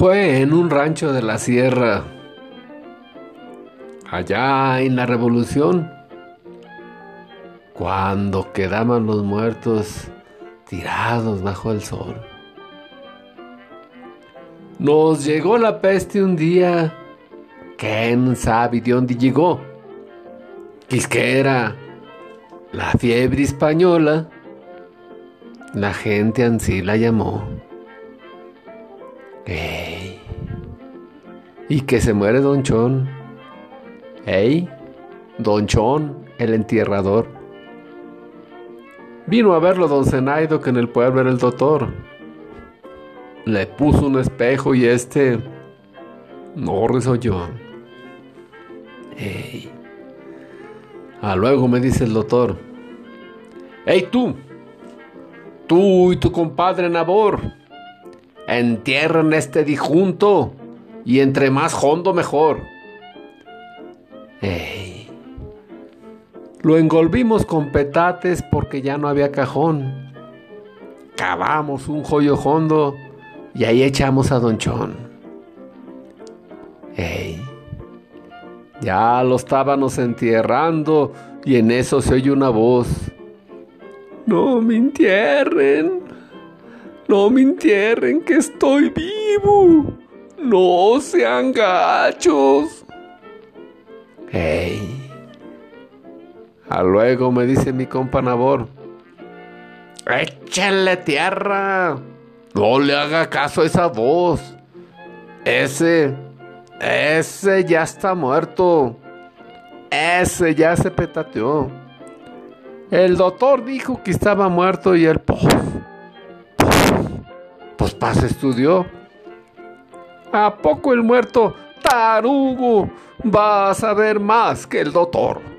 Fue en un rancho de la sierra, allá en la Revolución, cuando quedaban los muertos tirados bajo el sol. Nos llegó la peste un día, quién sabe de dónde llegó. Que era la fiebre española, la gente ansí la llamó. ¡Ey! Y que se muere Don Chon. ¡Ey! Don Chon, el entierrador. Vino a verlo Don Zenaido, que en el pueblo era el doctor. Le puso un espejo y no resolló. ¡Ey! Luego me dice el doctor: ¡Ey tú! Tú y tu compadre Nabor, entierren este difunto, y entre más hondo mejor. ¡Ey! Lo envolvimos con petates porque ya no había cajón. Cavamos un joyo hondo y ahí echamos a Don Chon. ¡Ey! Ya lo estábamos entierrando y en eso se oye una voz: ¡No me entierren! ¡No me entierren, que estoy vivo! ¡No sean gachos! ¡Ey! Luego me dice mi compa Nabor: ¡échale tierra! No le haga caso a esa voz. Ese ya está muerto. Ese ya se petateó. El doctor dijo que estaba muerto y él, pues paz estudió. ¿A poco el muerto tarugo va a saber más que el doctor?